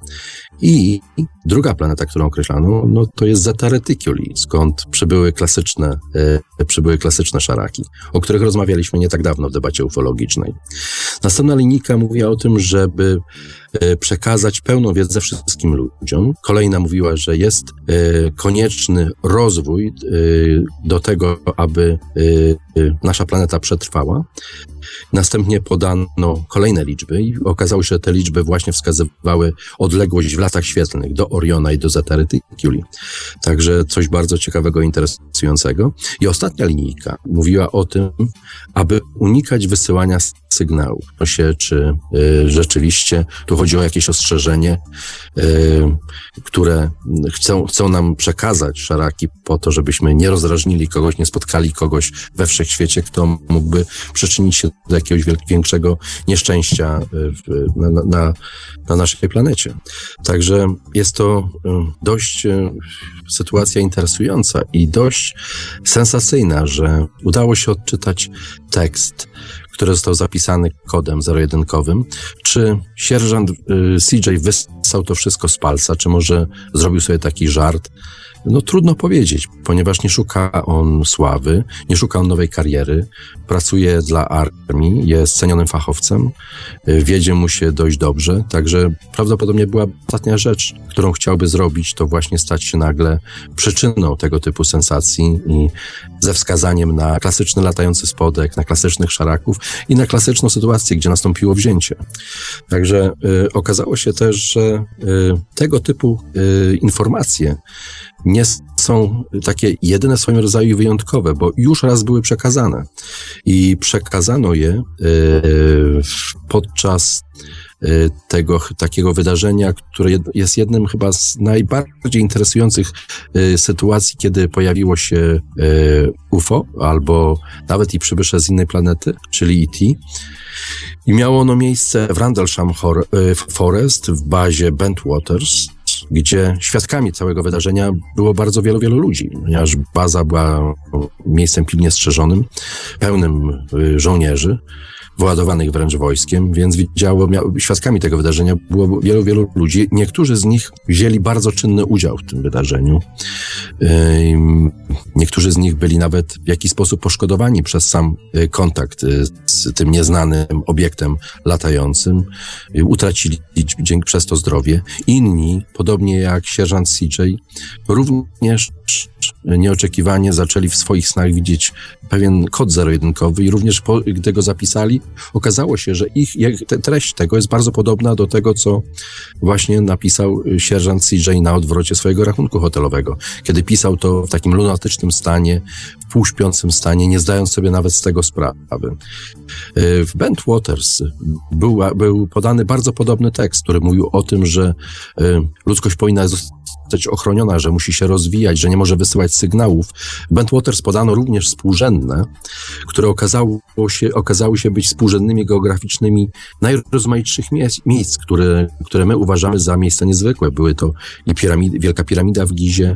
I druga planeta, którą określano, no to jest Zeta Reticuli, skąd przybyły klasyczne, e, przybyły klasyczne szaraki, o których rozmawialiśmy nie tak dawno w debacie ufologicznej. Następna linijka mówiła o tym, żeby e, przekazać pełną wiedzę wszystkim ludziom. Kolejna mówiła, że jest e, konieczny rozwój e, do tego, aby e, nasza planeta przetrwała. Następnie podano kolejne liczby i okazało się, że te liczby właśnie wskazywały odległość w latach świetlnych do Oriona i do Zeta Reticuli. Także coś bardzo ciekawego, interesującego. I ostatnia linijka mówiła o tym, aby unikać wysyłania sygnałów. No się, czy y, rzeczywiście tu chodzi o jakieś ostrzeżenie, y, które chcą, chcą nam przekazać szaraki po to, żebyśmy nie rozdrażnili kogoś, nie spotkali kogoś we wszechświecie, kto mógłby przyczynić się do jakiegoś większego nieszczęścia w, na, na, na naszej planecie. Także jest to dość sytuacja interesująca i dość sensacyjna, że udało się odczytać tekst, który został zapisany kodem zero-jedynkowym. Czy sierżant C J wyssał to wszystko z palca, czy może zrobił sobie taki żart? No trudno powiedzieć, ponieważ nie szuka on sławy, nie szuka on nowej kariery, pracuje dla armii, jest cenionym fachowcem, wiedzie mu się dość dobrze, także prawdopodobnie była ostatnia rzecz, którą chciałby zrobić, to właśnie stać się nagle przyczyną tego typu sensacji i ze wskazaniem na klasyczny latający spodek, na klasycznych szaraków i na klasyczną sytuację, gdzie nastąpiło wzięcie. Także y, okazało się też, że y, tego typu y, informacje nie są takie jedyne w swoim rodzaju i wyjątkowe, bo już raz były przekazane i przekazano je y, podczas y, tego takiego wydarzenia, które jest jednym chyba z najbardziej interesujących y, sytuacji, kiedy pojawiło się y, U F O albo nawet i przybysze z innej planety, czyli E T. I miało ono miejsce w Rendlesham Forest w bazie Bentwaters, gdzie świadkami całego wydarzenia było bardzo wielu, wielu ludzi, ponieważ baza była miejscem pilnie strzeżonym, pełnym żołnierzy, wyładowanych wręcz wojskiem, więc widziało, miało, świadkami tego wydarzenia było wielu, wielu ludzi. Niektórzy z nich wzięli bardzo czynny udział w tym wydarzeniu. Yy, niektórzy z nich byli nawet w jakiś sposób poszkodowani przez sam kontakt z tym nieznanym obiektem latającym. Yy, utracili dzięki przez to zdrowie. Inni, podobnie jak sierżant C J, również nieoczekiwanie zaczęli w swoich snach widzieć pewien kod zero-jedynkowy i również po, gdy go zapisali, okazało się, że ich, treść tego jest bardzo podobna do tego, co właśnie napisał sierżant C J na odwrocie swojego rachunku hotelowego. Kiedy pisał to w takim lunatycznym stanie, w półśpiącym stanie, nie zdając sobie nawet z tego sprawy. W Bentwaters był, był podany bardzo podobny tekst, który mówił o tym, że ludzkość powinna zostać ochroniona, że musi się rozwijać, że nie może wysyłać sygnałów. W Bentwaters podano również współrzędne, które okazało się, okazały się być współrzędnymi geograficznymi najrozmaitszych miejsc, miejsc które, które my uważamy za miejsca niezwykłe. Były to i piramidy, Wielka Piramida w Gizie,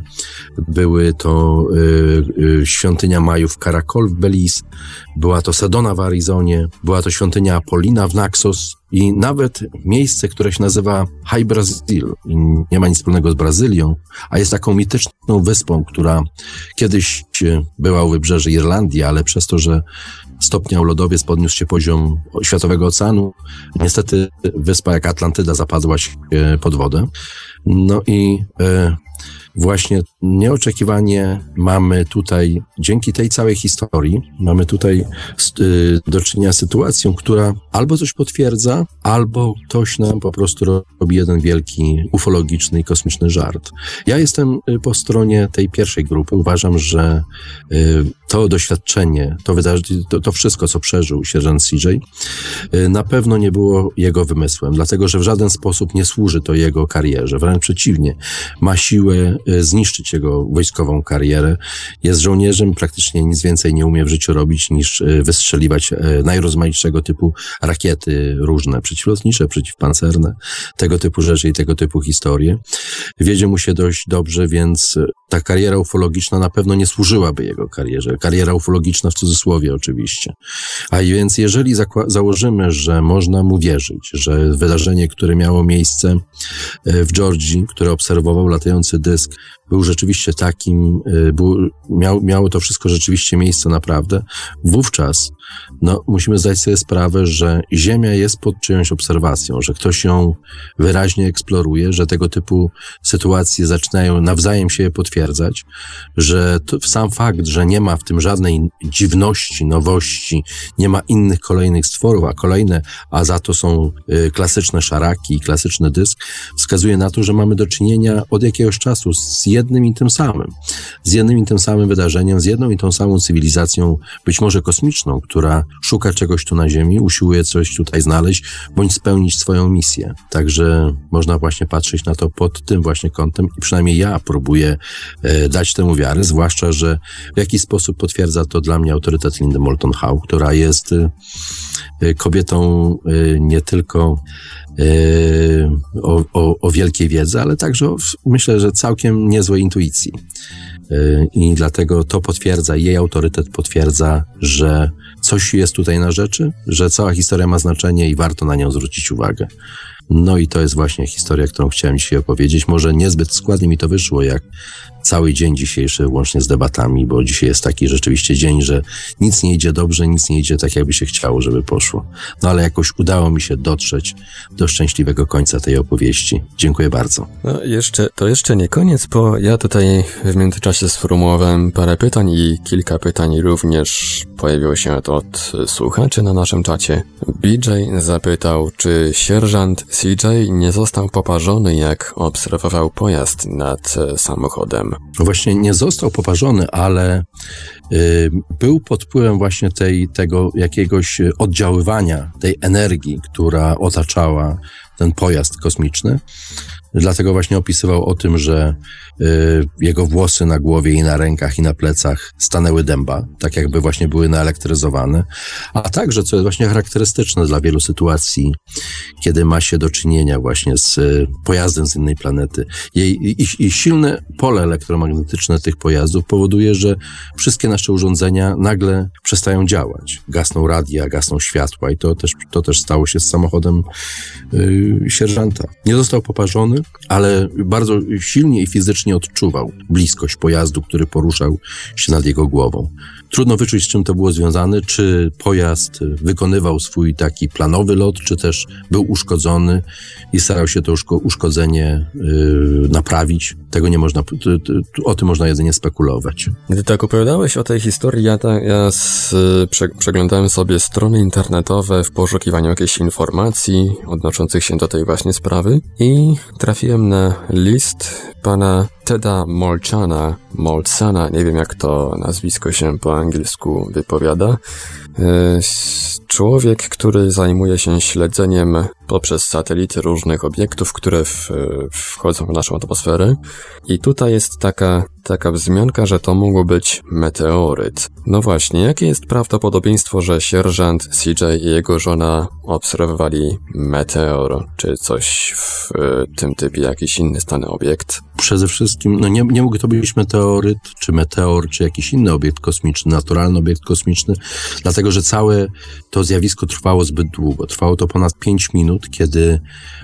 były to y, y, świątynia Majów w Caracol w Belize, była to Sedona w Arizonie, była to świątynia Apollina w Naxos i nawet miejsce, które się nazywa High Brazil. I nie ma nic wspólnego z Brazylią, a jest taką mityczną wyspą, która kiedyś była u wybrzeży Irlandii, ale przez to, że stopniał lodowiec, podniósł się poziom Światowego Oceanu, niestety wyspa jak Atlantyda zapadła się pod wodę. No i e, właśnie nieoczekiwanie mamy tutaj, dzięki tej całej historii, mamy tutaj y, do czynienia z sytuacją, która albo coś potwierdza, albo ktoś nam po prostu robi jeden wielki ufologiczny i kosmiczny żart. Ja jestem po stronie tej pierwszej grupy. Uważam, że y, to doświadczenie, to, wydarzenie, to, to wszystko, co przeżył sierżant C J, y, na pewno nie było jego wymysłem, dlatego, że w żaden sposób nie służy to jego karierze. Wręcz przeciwnie, ma siłę zniszczyć jego wojskową karierę. Jest żołnierzem, praktycznie nic więcej nie umie w życiu robić niż wystrzeliwać najrozmaitszego typu rakiety różne, przeciwlotnicze, przeciwpancerne, tego typu rzeczy i tego typu historie. Wiedzie mu się dość dobrze, więc ta kariera ufologiczna na pewno nie służyłaby jego karierze. Kariera ufologiczna w cudzysłowie oczywiście. A więc jeżeli zakła- założymy, że można mu wierzyć, że wydarzenie, które miało miejsce w Georgii, które obserwował latający dysk, był rzeczywiście takim, był, miał, miało to wszystko rzeczywiście miejsce naprawdę, wówczas no, musimy zdać sobie sprawę, że Ziemia jest pod czyjąś obserwacją, że ktoś ją wyraźnie eksploruje, że tego typu sytuacje zaczynają nawzajem się potwierdzać, że to, sam fakt, że nie ma w tym żadnej dziwności, nowości, nie ma innych kolejnych stworów, a kolejne, a za to są y, klasyczne szaraki, klasyczny dysk, wskazuje na to, że mamy do czynienia od jakiegoś czasu z jednym i tym samym, z jednym i tym samym wydarzeniem, z jedną i tą samą cywilizacją, być może kosmiczną, która szuka czegoś tu na Ziemi, usiłuje coś tutaj znaleźć, bądź spełnić swoją misję. Także można właśnie patrzeć na to pod tym właśnie kątem i przynajmniej ja próbuję e, dać temu wiarę, zwłaszcza, że w jakiś sposób potwierdza to dla mnie autorytet Lindy Moulton Howe, która jest e, kobietą e, nie tylko O, o, o wielkiej wiedzy, ale także o, myślę, że całkiem niezłej intuicji. I dlatego to potwierdza, jej autorytet potwierdza, że coś jest tutaj na rzeczy, że cała historia ma znaczenie i warto na nią zwrócić uwagę. No i to jest właśnie historia, którą chciałem dzisiaj opowiedzieć. Może niezbyt składnie mi to wyszło, jak cały dzień dzisiejszy, łącznie z debatami, bo dzisiaj jest taki rzeczywiście dzień, że nic nie idzie dobrze, nic nie idzie tak, jakby się chciało, żeby poszło. No ale jakoś udało mi się dotrzeć do szczęśliwego końca tej opowieści. Dziękuję bardzo. No jeszcze, to jeszcze nie koniec, bo ja tutaj w międzyczasie sformułowałem parę pytań i kilka pytań również pojawiło się od słuchaczy na naszym czacie. B J zapytał, czy sierżant C J nie został poparzony, jak obserwował pojazd nad samochodem. Właśnie nie został poparzony, ale y, był pod wpływem właśnie tej, tego jakiegoś oddziaływania, tej energii, która otaczała ten pojazd kosmiczny. Dlatego właśnie opisywał o tym, że y, jego włosy na głowie i na rękach i na plecach stanęły dęba, tak jakby właśnie były naelektryzowane. A także, co jest właśnie charakterystyczne dla wielu sytuacji, kiedy ma się do czynienia właśnie z y, pojazdem z innej planety. Jej, i, I silne pole elektromagnetyczne tych pojazdów powoduje, że wszystkie nasze urządzenia nagle przestają działać. Gasną radia, gasną światła i to też, to też stało się z samochodem y, sierżanta. Nie został poparzony, ale bardzo silnie i fizycznie odczuwał bliskość pojazdu, który poruszał się nad jego głową. Trudno wyczuć, z czym to było związane, czy pojazd wykonywał swój taki planowy lot, czy też był uszkodzony i starał się to uszkodzenie yy, naprawić. Tego nie można, t, t, o tym można jedynie spekulować. Gdy tak opowiadałeś o tej historii, ja, ta, ja z, prze, przeglądałem sobie strony internetowe w poszukiwaniu jakichś informacji odnoszących się do tej właśnie sprawy i trafiłem na list pana Teda Molchana, Molcana, nie wiem jak to nazwisko się po angielsku wypowiada. Człowiek, który zajmuje się śledzeniem poprzez satelity różnych obiektów, które w, wchodzą w naszą atmosferę. I tutaj jest taka, taka wzmianka, że to mógł być meteoryt. No właśnie, jakie jest prawdopodobieństwo, że sierżant C J i jego żona obserwowali meteor, czy coś w tym typie, jakiś inny stany obiekt? Przede wszystkim, no nie, nie mógł to być meteoryt, czy meteor, czy jakiś inny obiekt kosmiczny, naturalny obiekt kosmiczny, dlatego, że całe to zjawisko trwało zbyt długo. Trwało to ponad pięć minut, kiedy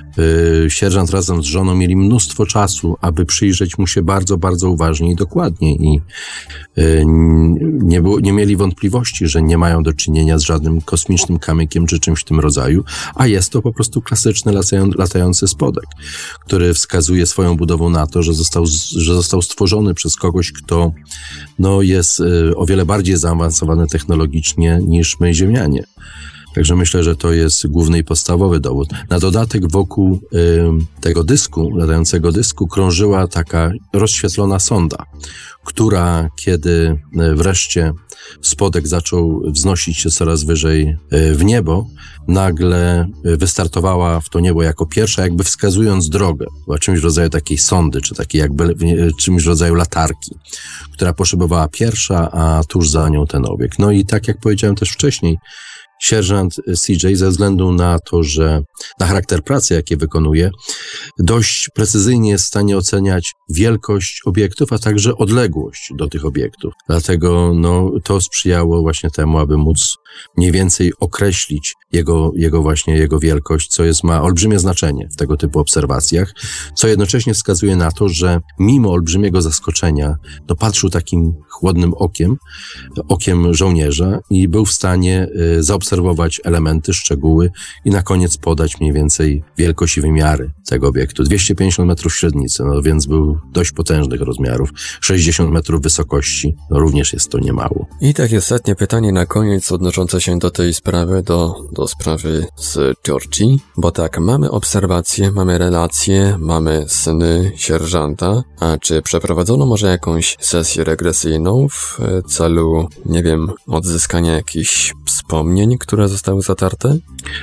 y, sierżant razem z żoną mieli mnóstwo czasu, aby przyjrzeć mu się bardzo, bardzo uważnie i dokładnie i y, nie, było, nie mieli wątpliwości, że nie mają do czynienia z żadnym kosmicznym kamykiem, czy czymś w tym rodzaju, a jest to po prostu klasyczny latają, latający spodek, który wskazuje swoją budową na to, że został, że został stworzony przez kogoś, kto no, jest y, o wiele bardziej zaawansowany technologicznie niż my, Ziemianie. Także myślę, że to jest główny i podstawowy dowód. Na dodatek wokół y, tego dysku, latającego dysku, krążyła taka rozświetlona sonda, która kiedy wreszcie spodek zaczął wznosić się coraz wyżej y, w niebo, nagle wystartowała w to niebo jako pierwsza, jakby wskazując drogę, była czymś w rodzaju takiej sondy, czy takiej jakby czymś w rodzaju latarki, która poszybowała pierwsza, a tuż za nią ten obiekt. No i tak jak powiedziałem też wcześniej, sierżant C J ze względu na to, że na charakter pracy, jakie wykonuje, dość precyzyjnie jest w stanie oceniać wielkość obiektów, a także odległość do tych obiektów. Dlatego no, to sprzyjało właśnie temu, aby móc mniej więcej określić jego, jego właśnie jego wielkość, co jest, ma olbrzymie znaczenie w tego typu obserwacjach, co jednocześnie wskazuje na to, że mimo olbrzymiego zaskoczenia, no, patrzył takim chłodnym okiem, okiem żołnierza i był w stanie y, zaobserwować elementy, szczegóły i na koniec podać mniej więcej wielkość i wymiary tego obiektu. dwieście pięćdziesiąt metrów średnicy, no więc był dość potężnych rozmiarów. sześćdziesiąt metrów wysokości, no również jest to niemało. I takie ostatnie pytanie na koniec odnoszące się do tej sprawy, do, do sprawy z Georgii, bo tak, mamy obserwacje, mamy relacje, mamy sny sierżanta, a czy przeprowadzono może jakąś sesję regresyjną w celu, nie wiem, odzyskania jakichś wspomnień, które zostały zatarte?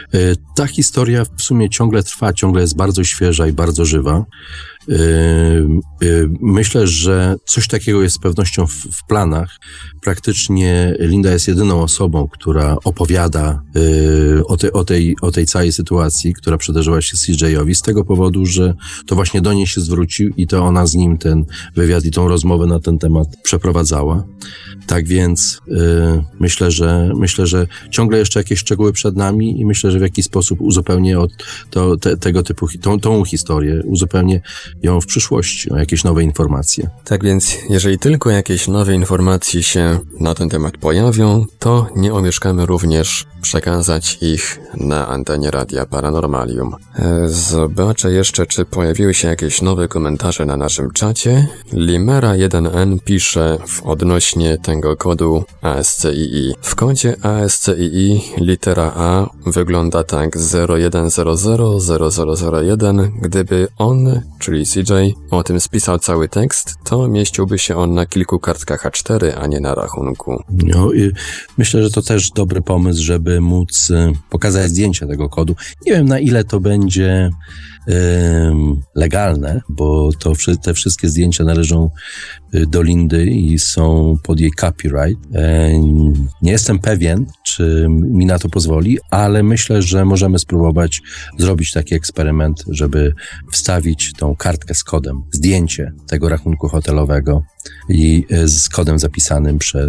Ta historia w sumie ciągle trwa, ciągle jest bardzo świeża i bardzo żywa. Myślę, że coś takiego jest z pewnością w, w planach. Praktycznie Linda jest jedyną osobą, która opowiada o, te, o, tej, o tej całej sytuacji, która przydarzyła się C J-owi, z tego powodu, że to właśnie do niej się zwrócił i to ona z nim ten wywiad i tą rozmowę na ten temat przeprowadzała. Tak więc yy, myślę, że myślę, że ciągle jeszcze jakieś szczegóły przed nami i myślę, że w jakiś sposób uzupełnię od to, te, tego typu, tą, tą historię, uzupełnię ją w przyszłości o jakieś nowe informacje. Tak więc, jeżeli tylko jakieś nowe informacje się na ten temat pojawią, to nie omieszkamy również przekazać ich na antenie Radia Paranormalium. Zobaczę jeszcze, czy pojawiły się jakieś nowe komentarze na naszym czacie. Limera jeden N pisze w odnośnie tego kodu A S C I I. W kodzie A S C I I litera A wygląda tak zero jeden zero zero zero zero zero jeden. Gdyby on, czyli C J, o tym spisał cały tekst, to mieściłby się on na kilku kartkach A cztery, a nie na rachunku. No, i myślę, że to też dobry pomysł, żeby móc pokazać zdjęcia tego kodu. Nie wiem, na ile to będzie legalne, bo to te wszystkie zdjęcia należą do Lindy i są pod jej copyright. Nie jestem pewien, czy mi na to pozwoli, ale myślę, że możemy spróbować zrobić taki eksperyment, żeby wstawić tą kartkę z kodem, zdjęcie tego rachunku hotelowego i z kodem zapisanym przez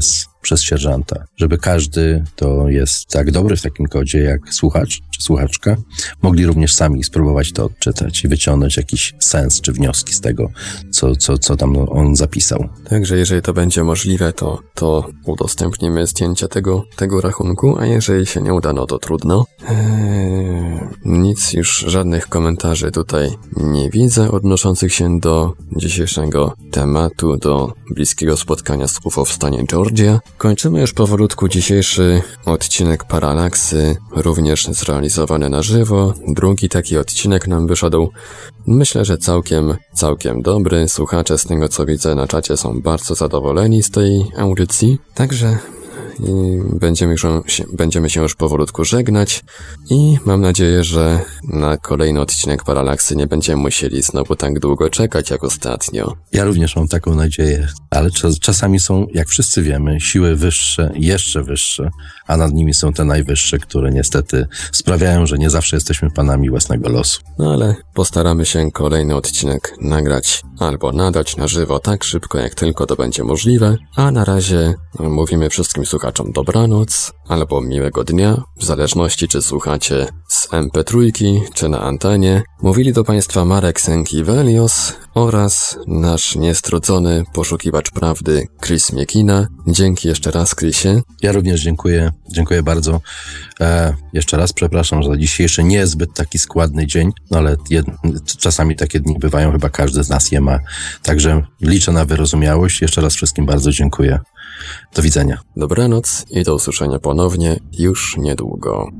przez sierżanta, żeby każdy, kto jest tak dobry w takim kodzie jak słuchacz czy słuchaczka, mogli również sami spróbować to odczytać i wyciągnąć jakiś sens czy wnioski z tego, co, co, co tam on zapisał. Także jeżeli to będzie możliwe, to, to udostępnimy zdjęcia tego, tego rachunku, a jeżeli się nie uda, no to trudno. Eee, nic już, żadnych komentarzy tutaj nie widzę odnoszących się do dzisiejszego tematu, do bliskiego spotkania z U F O w stanie Georgia. Kończymy już powolutku dzisiejszy odcinek Paralaksy, również zrealizowany na żywo. Drugi taki odcinek nam wyszedł. Myślę, że całkiem, całkiem dobry. Słuchacze z tego, co widzę na czacie, są bardzo zadowoleni z tej audycji. Także i będziemy, już, będziemy się już powolutku żegnać i mam nadzieję, że na kolejny odcinek Paralaksy nie będziemy musieli znowu tak długo czekać jak ostatnio. Ja również mam taką nadzieję, ale czas, czasami są, jak wszyscy wiemy, siły wyższe, jeszcze wyższe, a nad nimi są te najwyższe, które niestety sprawiają, że nie zawsze jesteśmy panami własnego losu. No ale postaramy się kolejny odcinek nagrać albo nadać na żywo tak szybko, jak tylko to będzie możliwe, a na razie mówimy wszystkim słuchaczom dobranoc albo miłego dnia, w zależności czy słuchacie z em pe trzy czy na antenie. Mówili do Państwa Marek Sękiewelios oraz nasz niestrudzony poszukiwacz prawdy Chris Miekina. Dzięki jeszcze raz, Chrisie. Ja również dziękuję, dziękuję bardzo. E, jeszcze raz przepraszam za dzisiejszy niezbyt taki składny dzień, no ale jed, czasami takie dni bywają, chyba każdy z nas je ma. Także liczę na wyrozumiałość. Jeszcze raz wszystkim bardzo dziękuję. Do widzenia. Dobranoc i do usłyszenia ponownie już niedługo.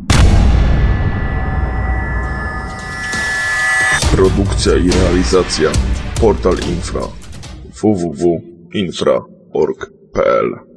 Produkcja i realizacja Portal Infra w w w kropka infra kropka org kropka p l